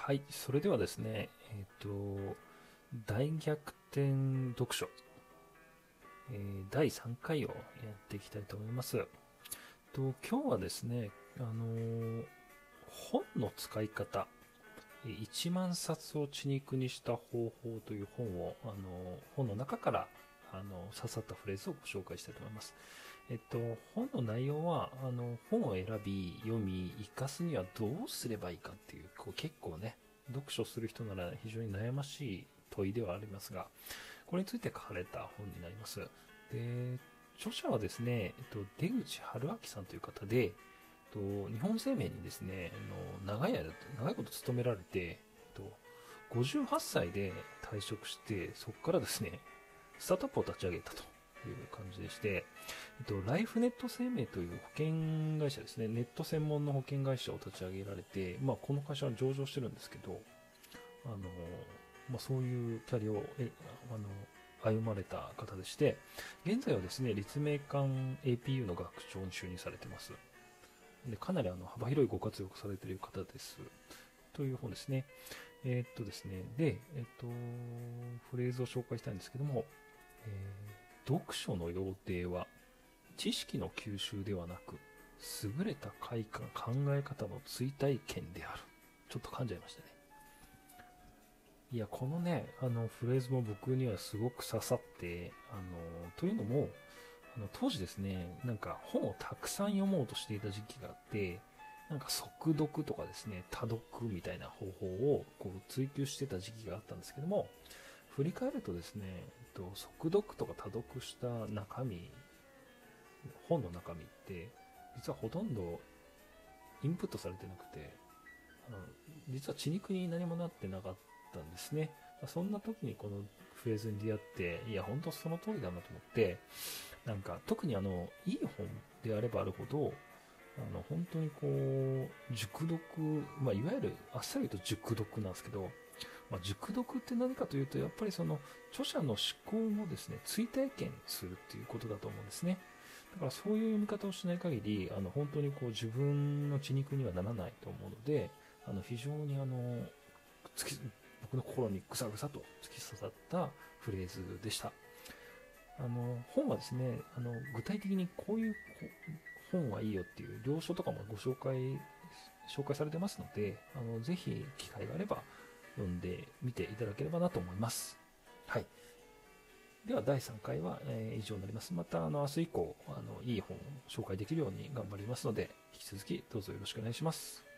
はい、それではですね、大逆転読書、第3回をやっていきたいと思います。今日はですね、本の使い方、1万冊を血肉にした方法という本を、本の中から、刺さったフレーズをご紹介したいと思います。本の内容は、本を選び、読み、活かすにはどうすればいいかっていう、結構ね、読書する人なら非常に悩ましい問いではありますが、これについて書かれた本になります。で、著者はですね、出口春明さんという方で、日本生命にですね、長いこと勤められて、58歳で退職して、そこからですね、スタートアップを立ち上げたという感じでして、ライフネット生命という保険会社ですね、ネット専門の保険会社を立ち上げられて、この会社は上場してるんですけど、そういうキャリアを歩まれた方でして、現在はですね、立命館 APU の学長に就任されています。で、かなり幅広いご活躍されている方です。という本ですね。ですね、で、フレーズを紹介したいんですけども、読書の要諦は知識の吸収ではなく優れた快感考え方の追体験である。ちょっと噛んじゃいましたね。いや、このね、フレーズも僕にはすごく刺さって、というのも、当時ですね、なんか本をたくさん読もうとしていた時期があって、なんか速読とかですね、多読みたいな方法を追求してた時期があったんですけども、振り返るとですね、速読とか多読した中身、本の中身って、実はほとんどインプットされてなくて、実は血肉に何もなってなかったんですね。そんな時にこのフレーズに出会って、いや、本当その通りだなと思って、なんか特にいい本であればあるほど、本当に熟読、いわゆるあっさり言うと熟読なんですけど、熟読って何かというと、やっぱりその著者の思考をですね、追体験するっていうことだと思うんですね。だからそういう読み方をしない限り、本当に自分の血肉にはならないと思うので、非常に僕の心にぐさぐさと突き刺さったフレーズでした。本はですね、具体的にこういう本はいいよっていう了書とかも紹介されてますので、ぜひ機会があれば読んでみていただければなと思います。はい。では第3回は、以上になります。また明日以降いい本を紹介できるように頑張りますので、引き続きどうぞよろしくお願いします。